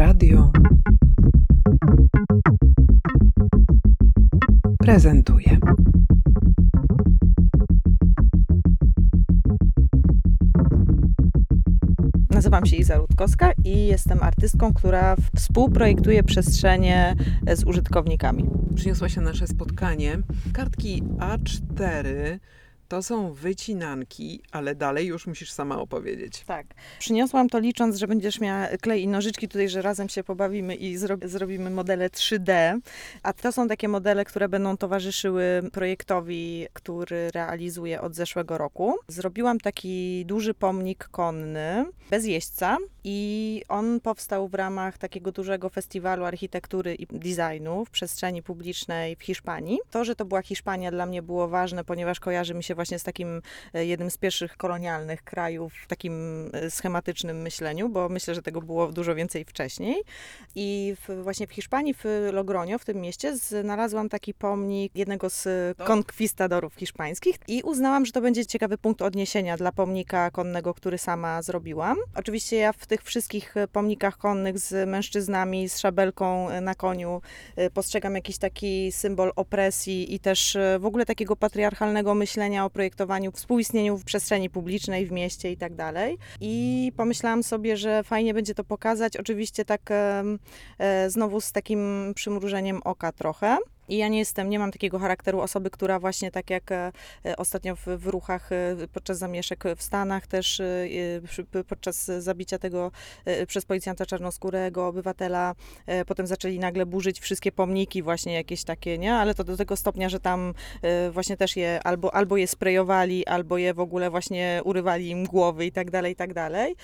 Radio prezentuje. Nazywam się Iza Rutkowska i jestem artystką, która współprojektuje przestrzenie z użytkownikami. Przyniosła się nasze spotkanie. Kartki A4 to są wycinanki, ale dalej już musisz sama opowiedzieć. Tak. Przyniosłam to licząc, że będziesz miała klej i nożyczki tutaj, że razem się pobawimy i zrobimy modele 3D. A to są takie modele, które będą towarzyszyły projektowi, który realizuję od zeszłego roku. Zrobiłam taki duży pomnik konny, bez jeźdźca i on powstał w ramach takiego dużego festiwalu architektury i designu w przestrzeni publicznej w Hiszpanii. To, że to była Hiszpania, dla mnie było ważne, ponieważ kojarzy mi się właśnie z takim jednym z pierwszych kolonialnych krajów w takim schematycznym myśleniu, bo myślę, że tego było dużo więcej wcześniej. I właśnie w Hiszpanii, w Logroño, w tym mieście, znalazłam taki pomnik jednego z konkwistadorów hiszpańskich i uznałam, że to będzie ciekawy punkt odniesienia dla pomnika konnego, który sama zrobiłam. Oczywiście ja w tych wszystkich pomnikach konnych z mężczyznami, z szabelką na koniu postrzegam jakiś taki symbol opresji i też w ogóle takiego patriarchalnego myślenia o projektowaniu, współistnieniu w przestrzeni publicznej, w mieście i tak dalej. I pomyślałam sobie, że fajnie będzie to pokazać, oczywiście tak znowu z takim przymrużeniem oka trochę. I ja nie mam takiego charakteru osoby, która właśnie tak jak ostatnio w ruchach podczas zamieszek w Stanach też podczas zabicia tego przez policjanta czarnoskórego obywatela, potem zaczęli nagle burzyć wszystkie pomniki właśnie jakieś takie, nie? Ale to do tego stopnia, że tam właśnie też je albo je sprayowali, albo je w ogóle właśnie urywali im głowy i tak dalej, i tak dalej.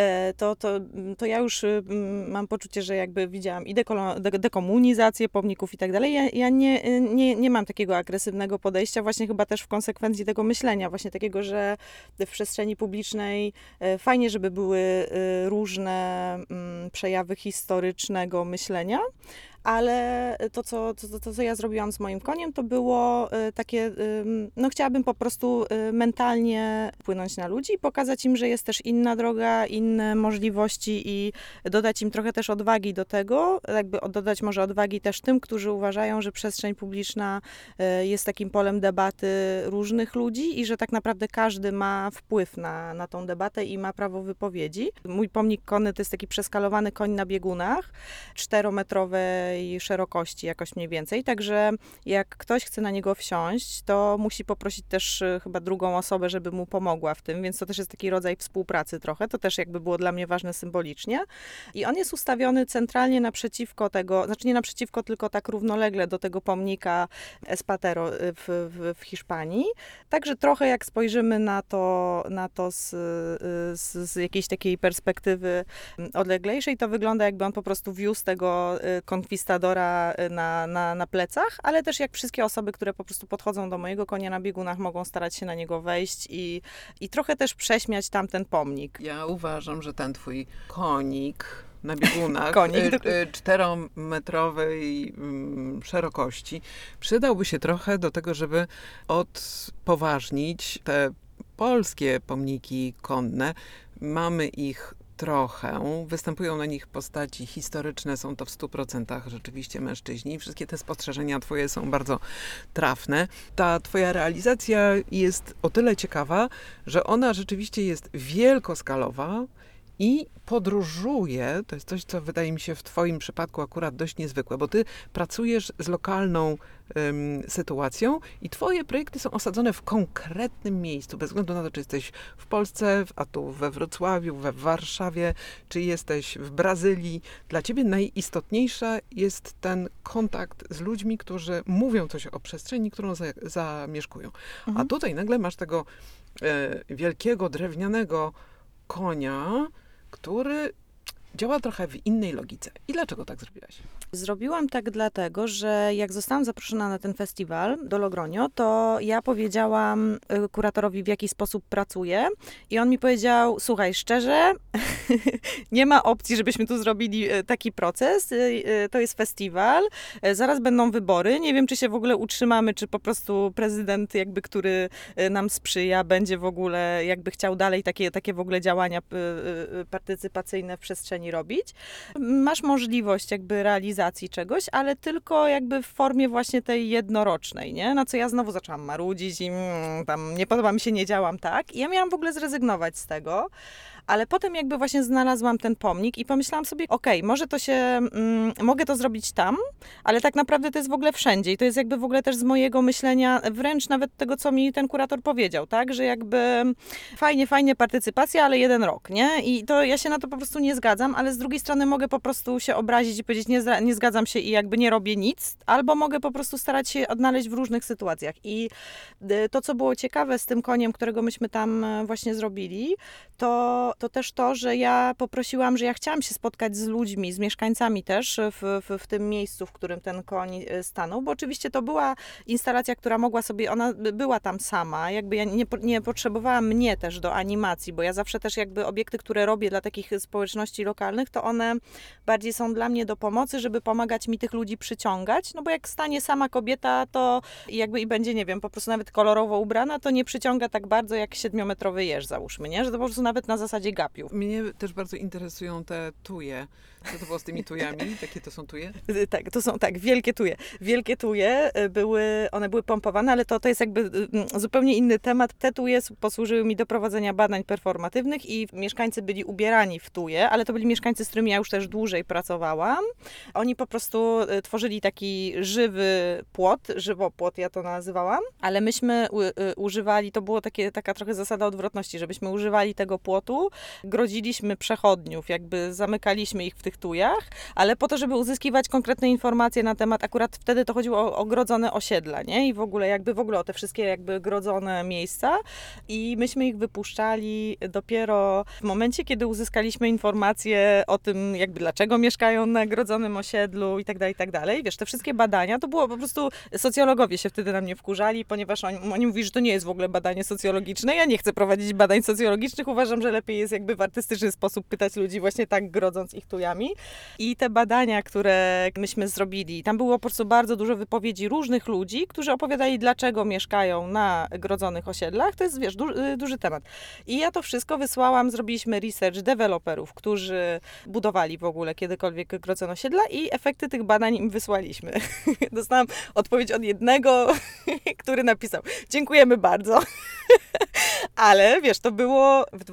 To ja już mam poczucie, że jakby widziałam i dekomunizację pomników i tak dalej. Ja nie mam takiego agresywnego podejścia, właśnie chyba też w konsekwencji tego myślenia, właśnie takiego, że w przestrzeni publicznej fajnie, żeby były różne przejawy historycznego myślenia, ale to, co ja zrobiłam z moim koniem, to było takie, no chciałabym po prostu mentalnie wpłynąć na ludzi i pokazać im, że jest też inna droga, inne możliwości i dodać im trochę też odwagi do tego, jakby dodać może odwagi też tym, którzy uważają, że przestrzeń publiczna jest takim polem debaty różnych ludzi i że tak naprawdę każdy ma wpływ na tą debatę i ma prawo wypowiedzi. Mój pomnik konny to jest taki przeskalowany koń na biegunach, 4-metrowej szerokości jakoś mniej więcej, także jak ktoś chce na niego wsiąść, to musi poprosić też chyba drugą osobę, żeby mu pomogła w tym, więc to też jest taki rodzaj współpracy trochę, to też jakby było dla mnie ważne symbolicznie. I on jest ustawiony centralnie naprzeciwko tego, znaczy nie naprzeciwko, tylko tak równolegle do tego pomnika Espatero w Hiszpanii. Także trochę jak spojrzymy na to z jakiejś takiej perspektywy odleglejszej, to wygląda jakby on po prostu wiózł tego konkwistadora na plecach, ale też jak wszystkie osoby, które po prostu podchodzą do mojego konia na biegunach, mogą starać się na niego wejść i trochę też prześmiać tamten pomnik. Ja uważam, że ten twój konik na biegunach 4-metrowej szerokości przydałby się trochę do tego, żeby odpoważnić te polskie pomniki konne. Mamy ich trochę. Występują na nich postaci historyczne, są to w 100% rzeczywiście mężczyźni. Wszystkie te spostrzeżenia twoje są bardzo trafne. Ta twoja realizacja jest o tyle ciekawa, że ona rzeczywiście jest wielkoskalowa i podróżuje, to jest coś, co wydaje mi się w twoim przypadku akurat dość niezwykłe, bo ty pracujesz z lokalną sytuacją i twoje projekty są osadzone w konkretnym miejscu, bez względu na to, czy jesteś w Polsce, a tu we Wrocławiu, we Warszawie, czy jesteś w Brazylii. Dla ciebie najistotniejsza jest ten kontakt z ludźmi, którzy mówią coś o przestrzeni, którą zamieszkują. A tutaj nagle masz tego wielkiego, drewnianego konia, który działa trochę w innej logice. I dlaczego tak zrobiłaś? Zrobiłam tak dlatego, że jak zostałam zaproszona na ten festiwal do Logroño, to ja powiedziałam kuratorowi, w jaki sposób pracuję i on mi powiedział, słuchaj, szczerze, nie ma opcji, żebyśmy tu zrobili taki proces, to jest festiwal, zaraz będą wybory, nie wiem, czy się w ogóle utrzymamy, czy po prostu prezydent jakby, który nam sprzyja, będzie w ogóle jakby chciał dalej takie w ogóle działania partycypacyjne w przestrzeni koni robić. Masz możliwość jakby realizacji czegoś, ale tylko jakby w formie właśnie tej jednorocznej, nie? Na co ja znowu zaczęłam marudzić i tam nie podoba mi się, nie działam tak. I ja miałam w ogóle zrezygnować z tego. Ale potem jakby właśnie znalazłam ten pomnik i pomyślałam sobie, okej, może to się, mogę to zrobić tam, ale tak naprawdę to jest w ogóle wszędzie i to jest jakby w ogóle też z mojego myślenia, wręcz nawet tego, co mi ten kurator powiedział, tak, że jakby fajnie partycypacja, ale 1 rok, nie? I to ja się na to po prostu nie zgadzam, ale z drugiej strony mogę po prostu się obrazić i powiedzieć, nie zgadzam się i jakby nie robię nic, albo mogę po prostu starać się odnaleźć w różnych sytuacjach. I to, co było ciekawe z tym koniem, którego myśmy tam właśnie zrobili, to też to, że ja poprosiłam, że ja chciałam się spotkać z ludźmi, z mieszkańcami też w tym miejscu, w którym ten koń stanął, bo oczywiście to była instalacja, która mogła sobie, ona była tam sama, jakby ja nie potrzebowałam mnie też do animacji, bo ja zawsze też jakby obiekty, które robię dla takich społeczności lokalnych, to one bardziej są dla mnie do pomocy, żeby pomagać mi tych ludzi przyciągać, no bo jak stanie sama kobieta, to jakby i będzie, nie wiem, po prostu nawet kolorowo ubrana, to nie przyciąga tak bardzo jak 7-metrowy jeż, załóżmy, nie? Że to po prostu nawet na zasadzie gapiów. Mnie też bardzo interesują te tuje. Co to było z tymi tujami? Jakie to są tuje? Tak, to są tak, wielkie tuje. Wielkie tuje one były pompowane, ale to jest jakby zupełnie inny temat. Te tuje posłużyły mi do prowadzenia badań performatywnych i mieszkańcy byli ubierani w tuje, ale to byli mieszkańcy, z którymi ja już też dłużej pracowałam. Oni po prostu tworzyli taki żywy płot, żywopłot ja to nazywałam, ale myśmy używali, to było taka trochę zasada odwrotności, żebyśmy używali tego płotu, grodziliśmy przechodniów, jakby zamykaliśmy ich w tych tujach, ale po to, żeby uzyskiwać konkretne informacje na temat, akurat wtedy to chodziło o ogrodzone osiedla, nie? I w ogóle o te wszystkie jakby grodzone miejsca i myśmy ich wypuszczali dopiero w momencie, kiedy uzyskaliśmy informacje o tym, jakby dlaczego mieszkają na grodzonym osiedlu i tak dalej, i tak dalej. Wiesz, te wszystkie badania, to było po prostu, socjologowie się wtedy na mnie wkurzali, ponieważ oni mówili, że to nie jest w ogóle badanie socjologiczne. Ja nie chcę prowadzić badań socjologicznych, uważam, że lepiej jest jakby w artystyczny sposób pytać ludzi właśnie tak grodząc ich tujami. I te badania, które myśmy zrobili, tam było po prostu bardzo dużo wypowiedzi różnych ludzi, którzy opowiadali, dlaczego mieszkają na grodzonych osiedlach. To jest, wiesz, duży temat. I ja to wszystko wysłałam, zrobiliśmy research deweloperów, którzy budowali w ogóle kiedykolwiek grodzone osiedla i efekty tych badań im wysłaliśmy. Dostałam odpowiedź od jednego, który napisał: dziękujemy bardzo. Ale wiesz, to było w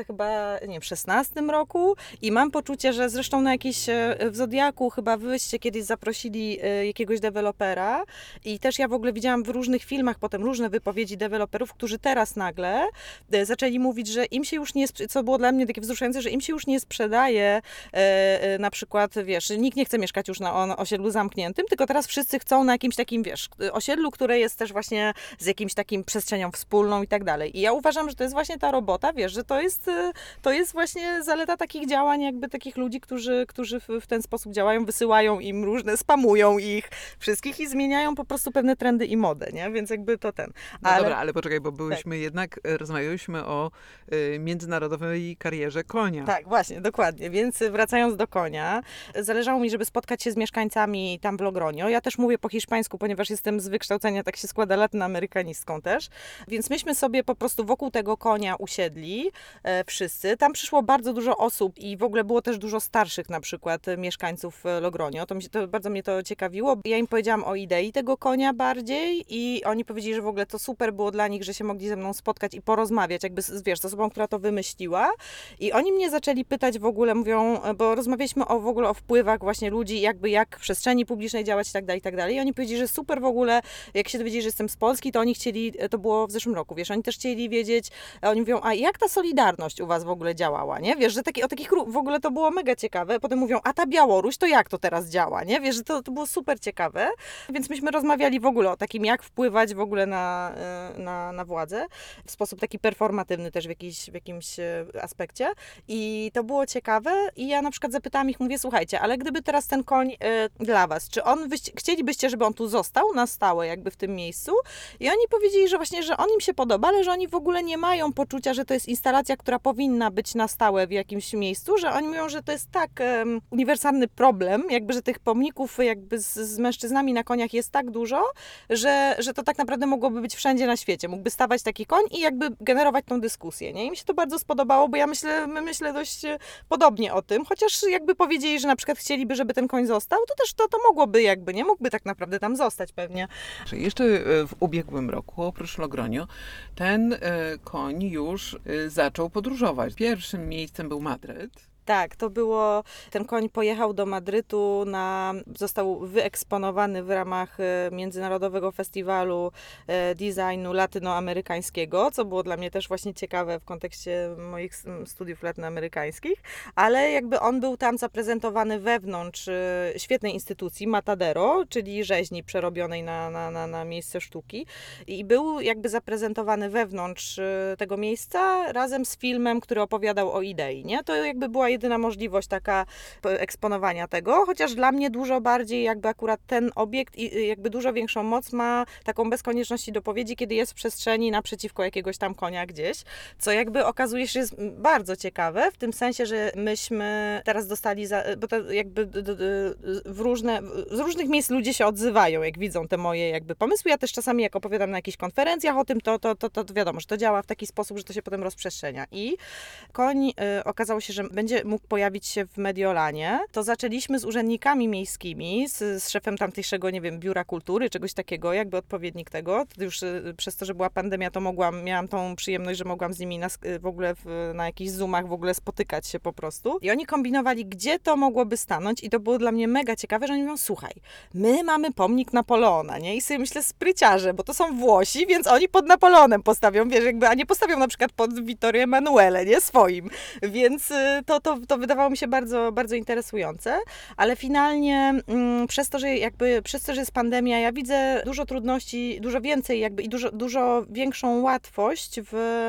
2016 roku i mam poczucie, że zresztą w Zodiaku chyba wyście kiedyś zaprosili jakiegoś dewelopera i też ja w ogóle widziałam w różnych filmach potem różne wypowiedzi deweloperów, którzy teraz nagle zaczęli mówić, że im się już nie, co było dla mnie takie wzruszające, że im się już nie sprzedaje na przykład, wiesz, nikt nie chce mieszkać już na osiedlu zamkniętym, tylko teraz wszyscy chcą na jakimś takim, wiesz, osiedlu, które jest też właśnie z jakimś takim przestrzenią wspólną i tak dalej. I ja uważam, że to jest właśnie ta robota, wiesz, że to jest właśnie zaleta takich działań, jakby takich ludzi, którzy w ten sposób działają, wysyłają im różne, spamują ich wszystkich i zmieniają po prostu pewne trendy i modę, nie? Więc jakby to ten. No dobra, ale poczekaj, bo byłyśmy jednak, rozmawiałyśmy o międzynarodowej karierze konia. Tak, właśnie, dokładnie. Więc wracając do konia, zależało mi, żeby spotkać się z mieszkańcami tam w Logronio. Ja też mówię po hiszpańsku, ponieważ jestem z wykształcenia, tak się składa, latynoamerykanistką też. Więc myśmy sobie po prostu wokół tego konia usiedli wszyscy. Tam przyszło bardzo dużo osób i w ogóle było też dużo starszych na przykład mieszkańców Logronio. Bardzo mnie to ciekawiło. Ja im powiedziałam o idei tego konia bardziej i oni powiedzieli, że w ogóle to super było dla nich, że się mogli ze mną spotkać i porozmawiać, jakby, wiesz, z osobą, która to wymyśliła. I oni mnie zaczęli pytać w ogóle, mówią, bo rozmawialiśmy w ogóle o wpływach właśnie ludzi, jakby jak w przestrzeni publicznej działać i tak dalej, i tak dalej. I oni powiedzieli, że super w ogóle, jak się dowiedzieli, że jestem z Polski, to oni chcieli, to było w zeszłym roku, wiesz, oni też chcieli wiedzieć, oni mówią, a jak ta Solidarność u was w ogóle działała, nie? Wiesz, że o takich w ogóle to było mega ciekawe. Potem mówią, a ta Białoruś, to jak to teraz działa, nie? Wiesz, że to było super ciekawe. Więc myśmy rozmawiali w ogóle o takim, jak wpływać w ogóle na władzę w sposób taki performatywny też w jakimś aspekcie. I to było ciekawe i ja na przykład zapytałam ich, mówię, słuchajcie, ale gdyby teraz ten koń dla was, czy chcielibyście, żeby on tu został na stałe jakby w tym miejscu? I oni powiedzieli, że właśnie, że on im się podoba, ale że oni w ogóle ogóle nie mają poczucia, że to jest instalacja, która powinna być na stałe w jakimś miejscu, że oni mówią, że to jest tak uniwersalny problem, jakby, że tych pomników jakby z mężczyznami na koniach jest tak dużo, że to tak naprawdę mogłoby być wszędzie na świecie. Mógłby stawać taki koń i jakby generować tą dyskusję, nie? I mi się to bardzo spodobało, bo my myślę dość podobnie o tym, chociaż jakby powiedzieli, że na przykład chcieliby, żeby ten koń został, to też to mogłoby jakby, nie? Mógłby tak naprawdę tam zostać pewnie. Jeszcze w ubiegłym roku, oprócz Logronio, ten koń już zaczął podróżować. Pierwszym miejscem był Madryt. Tak, ten koń pojechał do Madrytu, został wyeksponowany w ramach Międzynarodowego Festiwalu Designu Latynoamerykańskiego, co było dla mnie też właśnie ciekawe w kontekście moich studiów latynoamerykańskich, ale jakby on był tam zaprezentowany wewnątrz świetnej instytucji, Matadero, czyli rzeźni przerobionej na miejsce sztuki i był jakby zaprezentowany wewnątrz tego miejsca razem z filmem, który opowiadał o idei, nie? To jakby była jedyna możliwość taka eksponowania tego, chociaż dla mnie dużo bardziej jakby akurat ten obiekt i jakby dużo większą moc ma taką bez konieczności dopowiedzi, kiedy jest w przestrzeni naprzeciwko jakiegoś tam konia gdzieś, co jakby okazuje się, że jest bardzo ciekawe, w tym sensie, że myśmy teraz dostali, bo to jakby z różnych miejsc ludzie się odzywają, jak widzą te moje jakby pomysły. Ja też czasami jak opowiadam na jakichś konferencjach o tym, to wiadomo, że to działa w taki sposób, że to się potem rozprzestrzenia. I koń okazało się, że będzie mógł pojawić się w Mediolanie, to zaczęliśmy z urzędnikami miejskimi, z szefem tamtejszego, nie wiem, biura kultury, czegoś takiego, jakby odpowiednik tego. Już przez to, że była pandemia, to miałam tą przyjemność, że mogłam z nimi w ogóle na jakichś zoomach w ogóle spotykać się po prostu. I oni kombinowali, gdzie to mogłoby stanąć i to było dla mnie mega ciekawe, że oni mówią, słuchaj, my mamy pomnik Napoleona, nie? I sobie myślę, spryciarze, bo to są Włosi, więc oni pod Napoleonem postawią, wiesz, jakby, a nie postawią na przykład pod Vittorio Emanuele, nie? Swoim. Więc to wydawało mi się bardzo, bardzo interesujące, ale finalnie przez to, że jest pandemia, ja widzę dużo trudności, dużo więcej jakby i dużo większą łatwość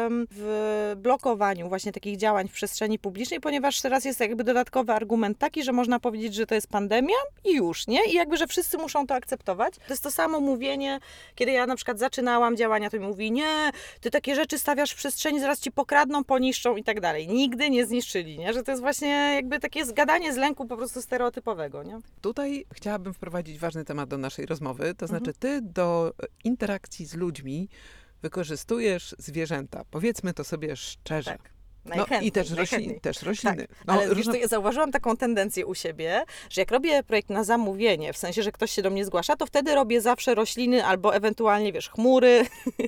w blokowaniu właśnie takich działań w przestrzeni publicznej, ponieważ teraz jest jakby dodatkowy argument taki, że można powiedzieć, że to jest pandemia i już, nie? I jakby, że wszyscy muszą to akceptować. To jest to samo mówienie, kiedy ja na przykład zaczynałam działania, to mi mówi, nie, ty takie rzeczy stawiasz w przestrzeni, zaraz ci pokradną, poniszczą i tak dalej. Nigdy nie zniszczyli, nie? Że to jest właśnie jakby takie zgadanie z lęku po prostu stereotypowego, nie? Tutaj chciałabym wprowadzić ważny temat do naszej rozmowy, to znaczy ty do interakcji z ludźmi wykorzystujesz zwierzęta. Powiedzmy to sobie szczerze. Tak. I też rośliny. Tak. Ale wiesz, to ja zauważyłam taką tendencję u siebie, że jak robię projekt na zamówienie, w sensie, że ktoś się do mnie zgłasza, to wtedy robię zawsze rośliny albo ewentualnie, wiesz, chmury,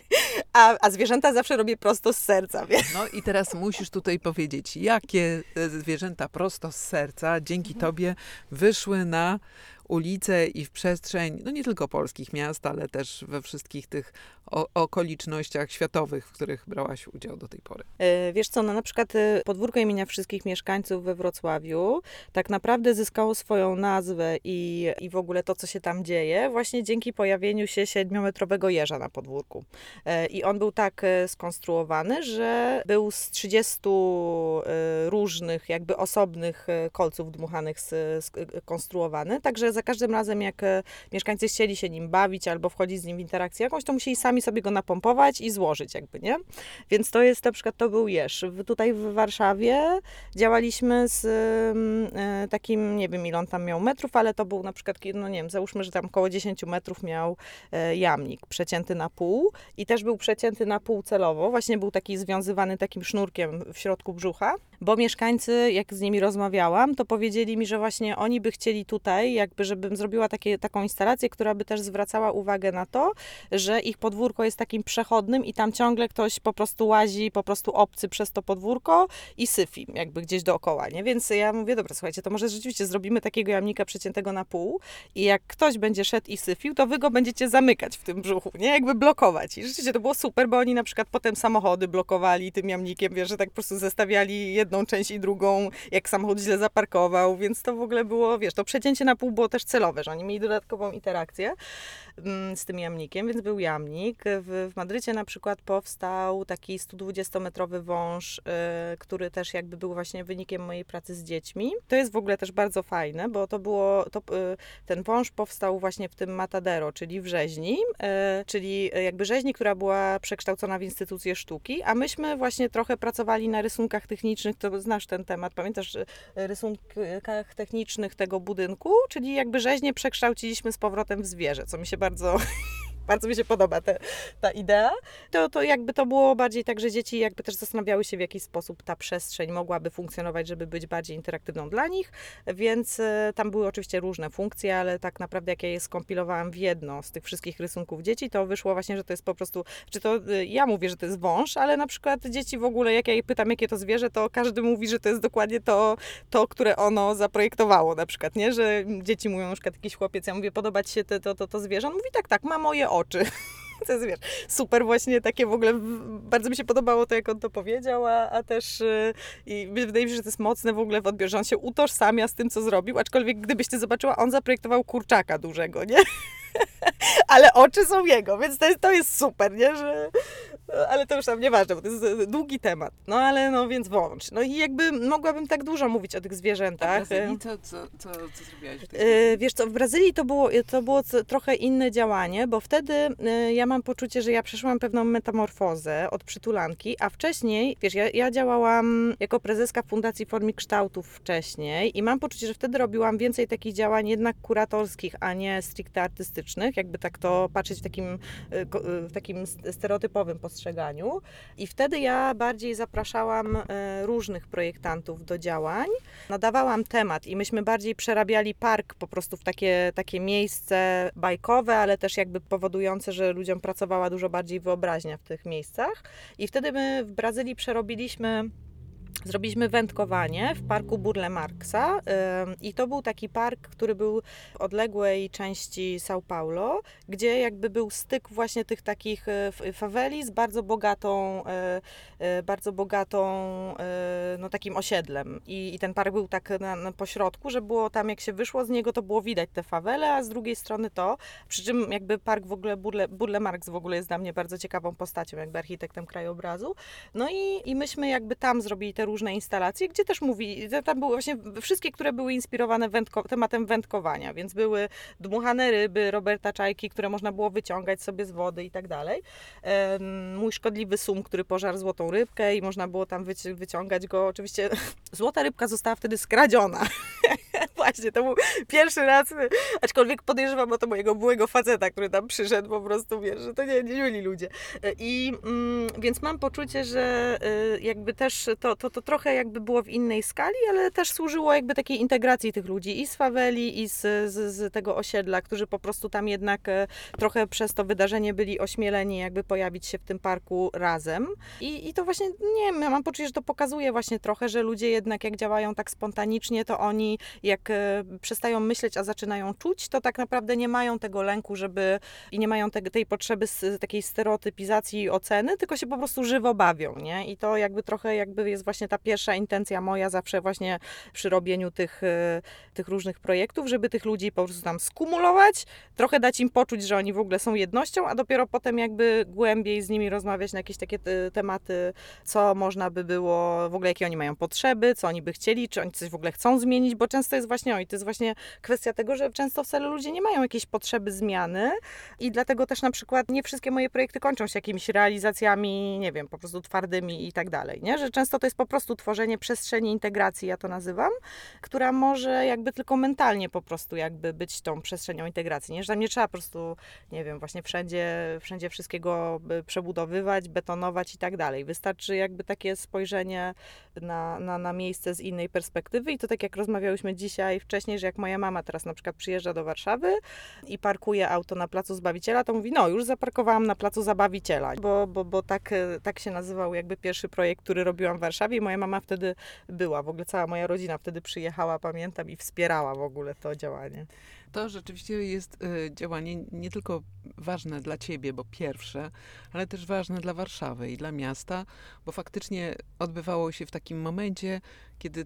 a zwierzęta zawsze robię prosto z serca, wiesz. No i teraz musisz tutaj powiedzieć, jakie zwierzęta prosto z serca dzięki tobie wyszły na ulice i w przestrzeń, no nie tylko polskich miast, ale też we wszystkich tych okolicznościach światowych, w których brałaś udział do tej pory. Wiesz co, no na przykład podwórko imienia wszystkich mieszkańców we Wrocławiu tak naprawdę zyskało swoją nazwę i w ogóle to, co się tam dzieje, właśnie dzięki pojawieniu się 7-metrowego jeża na podwórku. I on był tak skonstruowany, że był z 30 różnych jakby osobnych kolców dmuchanych skonstruowany, także za każdym razem jak mieszkańcy chcieli się nim bawić albo wchodzić z nim w interakcję jakąś, to musieli sami sobie go napompować i złożyć jakby, nie? Więc to jest na przykład, to był jeż. Tutaj w Warszawie działaliśmy z takim, nie wiem ile on tam miał metrów, ale to był na przykład, no nie wiem, załóżmy, że tam około 10 metrów miał jamnik przecięty na pół i też był przecięty na pół celowo, właśnie był taki związywany takim sznurkiem w środku brzucha, bo mieszkańcy, jak z nimi rozmawiałam, to powiedzieli mi, że właśnie oni by chcieli tutaj, jakby żebym zrobiła taką instalację, która by też zwracała uwagę na to, że ich podwórko jest takim przechodnym i tam ciągle ktoś po prostu łazi, po prostu obcy przez to podwórko i syfi jakby gdzieś dookoła, nie? Więc ja mówię, dobra, słuchajcie, to może rzeczywiście zrobimy takiego jamnika przeciętego na pół i jak ktoś będzie szedł i syfił, to wy go będziecie zamykać w tym brzuchu, nie? Jakby blokować. I rzeczywiście to było super, bo oni na przykład potem samochody blokowali tym jamnikiem, wiesz, że tak po prostu zestawiali jedną część i drugą, jak samochód źle zaparkował, więc to w ogóle było, wiesz, to przecięcie na pół było też celowe, że oni mieli dodatkową interakcję z tym jamnikiem, więc był jamnik. W Madrycie na przykład powstał taki 120-metrowy wąż, który też jakby był właśnie wynikiem mojej pracy z dziećmi. To jest w ogóle też bardzo fajne, bo ten wąż powstał właśnie w tym Matadero, czyli w rzeźni, czyli jakby rzeźni, która była przekształcona w instytucję sztuki, a myśmy właśnie trochę pracowali na rysunkach technicznych, to znasz ten temat, pamiętasz, rysunkach technicznych tego budynku, czyli jakby rzeźnię przekształciliśmy z powrotem w zwierzę, co mi się bardzo mi się podoba ta idea. To jakby to było bardziej tak, że dzieci jakby też zastanawiały się, w jaki sposób ta przestrzeń mogłaby funkcjonować, żeby być bardziej interaktywną dla nich, więc tam były oczywiście różne funkcje, ale tak naprawdę jak ja je skompilowałam w jedno z tych wszystkich rysunków dzieci, to wyszło właśnie, że to jest po prostu, ja mówię, że to jest wąż, ale na przykład dzieci w ogóle, jak ja je pytam, jakie to zwierzę, to każdy mówi, że to jest dokładnie to, które ono zaprojektowało na przykład, nie? Że dzieci mówią, na przykład jakiś chłopiec, ja mówię, podoba ci się to zwierzę? On mówi, tak, ma moje oczy. To jest, wiesz, super właśnie takie w ogóle, bardzo mi się podobało to, jak on to powiedział, a też i wydaje mi się, że to jest mocne w ogóle w odbiorze, że on się utożsamia z tym, co zrobił, aczkolwiek gdybyś ty zobaczyła, on zaprojektował kurczaka dużego, nie? Ale oczy są jego, więc to jest super, nie? Ale to już tam nieważne, bo to jest długi temat. No ale no więc wąż. No i jakby mogłabym tak dużo mówić o tych zwierzętach. A w Brazylii co zrobiłaś w tej Wiesz co, w Brazylii to było trochę inne działanie, bo wtedy ja mam poczucie, że ja przeszłam pewną metamorfozę od przytulanki, a wcześniej, wiesz, ja działałam jako prezeska Fundacji Form i Kształtów wcześniej i mam poczucie, że wtedy robiłam więcej takich działań jednak kuratorskich, a nie stricte artystycznych, jakby tak to patrzeć w takim stereotypowym postrzeganiu. I wtedy ja bardziej zapraszałam różnych projektantów do działań, nadawałam temat i myśmy bardziej przerabiali park po prostu w takie miejsce bajkowe, ale też jakby powodujące, że ludziom pracowała dużo bardziej wyobraźnia w tych miejscach. I wtedy my w Brazylii zrobiliśmy wędkowanie w parku Burle Marxa i to był taki park, który był w odległej części São Paulo, gdzie jakby był styk właśnie tych takich faweli z bardzo bogatą no takim osiedlem i ten park był tak na pośrodku, że było tam, jak się wyszło z niego, to było widać te fawele, a z drugiej strony przy czym jakby park w ogóle Burle Marx w ogóle jest dla mnie bardzo ciekawą postacią, jakby architektem krajobrazu. No i myśmy jakby tam zrobili te różne instalacje, gdzie też tam były właśnie wszystkie, które były inspirowane tematem wędkowania, więc były dmuchane ryby Roberta Czajki, które można było wyciągać sobie z wody i tak dalej. Mój szkodliwy sum, który pożarł złotą rybkę i można było tam wyciągać go. Oczywiście złota rybka została wtedy skradziona. Właśnie, to był pierwszy raz, aczkolwiek podejrzewam o to mojego byłego faceta, który tam przyszedł, po prostu, wiesz, że to nie byli ludzie. I więc mam poczucie, że jakby też to trochę jakby było w innej skali, ale też służyło jakby takiej integracji tych ludzi i z faweli, i z tego osiedla, którzy po prostu tam jednak trochę przez to wydarzenie byli ośmieleni jakby pojawić się w tym parku razem. I to właśnie, nie wiem, ja mam poczucie, że to pokazuje właśnie trochę, że ludzie jednak jak działają tak spontanicznie, to oni jak przestają myśleć, a zaczynają czuć, to tak naprawdę nie mają tego lęku, i nie mają tej potrzeby takiej stereotypizacji i oceny, tylko się po prostu żywo bawią, nie? I to jakby trochę jest właśnie ta pierwsza intencja moja zawsze właśnie przy robieniu tych różnych projektów, żeby tych ludzi po prostu tam skumulować, trochę dać im poczuć, że oni w ogóle są jednością, a dopiero potem jakby głębiej z nimi rozmawiać na jakieś takie tematy, co można by było, w ogóle jakie oni mają potrzeby, co oni by chcieli, czy oni coś w ogóle chcą zmienić, bo często jest właśnie, to jest właśnie kwestia tego, że często wcale ludzie nie mają jakiejś potrzeby zmiany i dlatego też na przykład nie wszystkie moje projekty kończą się jakimiś realizacjami, nie wiem, po prostu twardymi i tak dalej, nie? Że często to jest po prostu tworzenie przestrzeni integracji, ja to nazywam, która może jakby tylko mentalnie po prostu jakby być tą przestrzenią integracji, nie? Że tam nie trzeba po prostu, nie wiem, właśnie wszędzie wszystkiego przebudowywać, betonować i tak dalej. Wystarczy jakby takie spojrzenie na miejsce z innej perspektywy i to tak jak rozmawiałyśmy dzisiaj, tutaj wcześniej, że jak moja mama teraz na przykład przyjeżdża do Warszawy i parkuje auto na Placu Zbawiciela, to mówi, no już zaparkowałam na Placu Zabawiciela, bo tak się nazywał jakby pierwszy projekt, który robiłam w Warszawie i moja mama wtedy była, w ogóle cała moja rodzina wtedy przyjechała, pamiętam, i wspierała w ogóle to działanie. To rzeczywiście jest działanie nie tylko ważne dla ciebie, bo pierwsze, ale też ważne dla Warszawy i dla miasta, bo faktycznie odbywało się w takim momencie, kiedy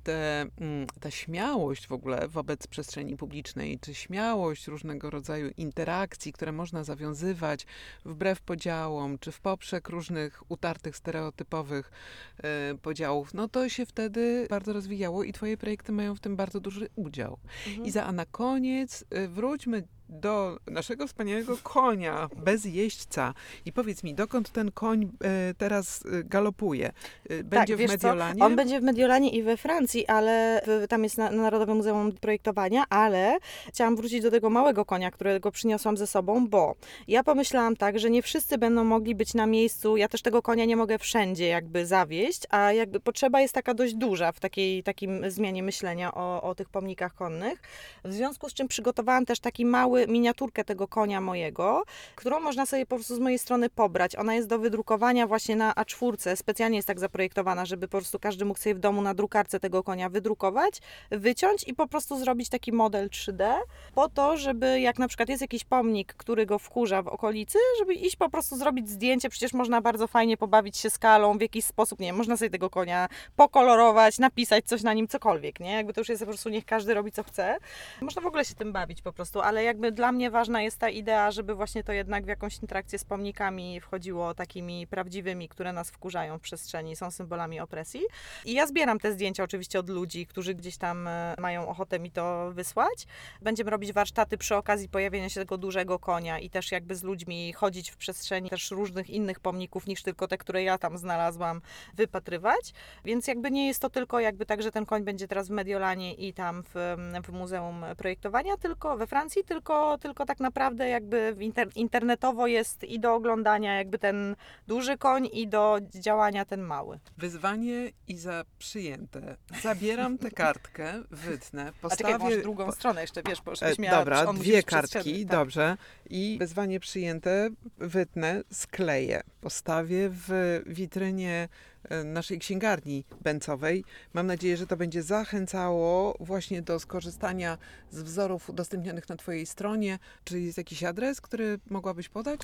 ta śmiałość w ogóle wobec przestrzeni publicznej, czy śmiałość różnego rodzaju interakcji, które można zawiązywać wbrew podziałom, czy w poprzek różnych utartych, stereotypowych podziałów, no to się wtedy bardzo rozwijało i twoje projekty mają w tym bardzo duży udział. Iza, a na koniec wróćmy do naszego wspaniałego konia bez jeźdźca i powiedz mi, dokąd ten koń teraz galopuje? Będzie wiesz w Mediolanie? Co? On będzie w Mediolanie i we Francji, ale tam jest Narodowe Muzeum Projektowania, ale chciałam wrócić do tego małego konia, którego przyniosłam ze sobą, bo ja pomyślałam tak, że nie wszyscy będą mogli być na miejscu, ja też tego konia nie mogę wszędzie jakby zawieźć, a jakby potrzeba jest taka dość duża w takim zmianie myślenia o tych pomnikach konnych, w związku z czym przygotowałam też taki miniaturkę tego konia mojego, którą można sobie po prostu z mojej strony pobrać. Ona jest do wydrukowania właśnie na A4, specjalnie jest tak zaprojektowana, żeby po prostu każdy mógł sobie w domu na drukarce tego konia wydrukować, wyciąć i po prostu zrobić taki model 3D, po to, żeby jak na przykład jest jakiś pomnik, który go wkurza w okolicy, żeby iść po prostu zrobić zdjęcie, przecież można bardzo fajnie pobawić się skalą w jakiś sposób, nie wiem, można sobie tego konia pokolorować, napisać coś na nim, cokolwiek, nie? Jakby to już jest po prostu, niech każdy robi co chce. Można w ogóle się tym bawić po prostu, ale jakby dla mnie ważna jest ta idea, żeby właśnie to jednak w jakąś interakcję z pomnikami wchodziło takimi prawdziwymi, które nas wkurzają w przestrzeni, są symbolami opresji. I ja zbieram te zdjęcia oczywiście od ludzi, którzy gdzieś tam mają ochotę mi to wysłać. Będziemy robić warsztaty przy okazji pojawienia się tego dużego konia i też jakby z ludźmi chodzić w przestrzeni też różnych innych pomników niż tylko te, które ja tam znalazłam, wypatrywać. Więc jakby nie jest to tylko jakby tak, że ten koń będzie teraz w Mediolanie i tam w Muzeum Projektowania, tylko we Francji, tylko tak naprawdę jakby internetowo jest i do oglądania jakby ten duży koń i do działania ten mały. Wyzwanie Iza przyjęte. Zabieram tę kartkę, wytnę, A postawię... czekaj, masz drugą stronę jeszcze, wiesz, bo żebyś miała... Dobra, on musi dwie być kartki, przestrzenny, tak. dobrze. I wyzwanie przyjęte, wytnę, skleję. Postawię w witrynie naszej księgarni bęcowej. Mam nadzieję, że to będzie zachęcało właśnie do skorzystania z wzorów udostępnionych na twojej stronie. Czy jest jakiś adres, który mogłabyś podać?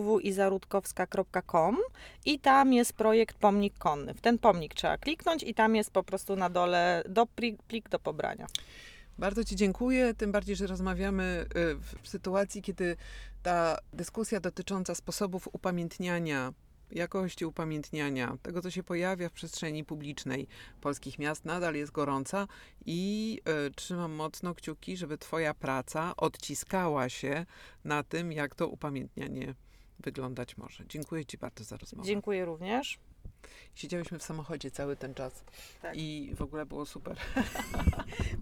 www.izarutkowska.com i tam jest projekt Pomnik Konny. W ten pomnik trzeba kliknąć i tam jest po prostu na dole plik do pobrania. Bardzo ci dziękuję, tym bardziej, że rozmawiamy w sytuacji, kiedy ta dyskusja dotycząca sposobów upamiętniania, jakości upamiętniania, tego, co się pojawia w przestrzeni publicznej polskich miast, nadal jest gorąca i trzymam mocno kciuki, żeby twoja praca odciskała się na tym, jak to upamiętnianie wyglądać może. Dziękuję ci bardzo za rozmowę. Dziękuję również. Siedziałyśmy w samochodzie cały ten czas Tak. i w ogóle było super.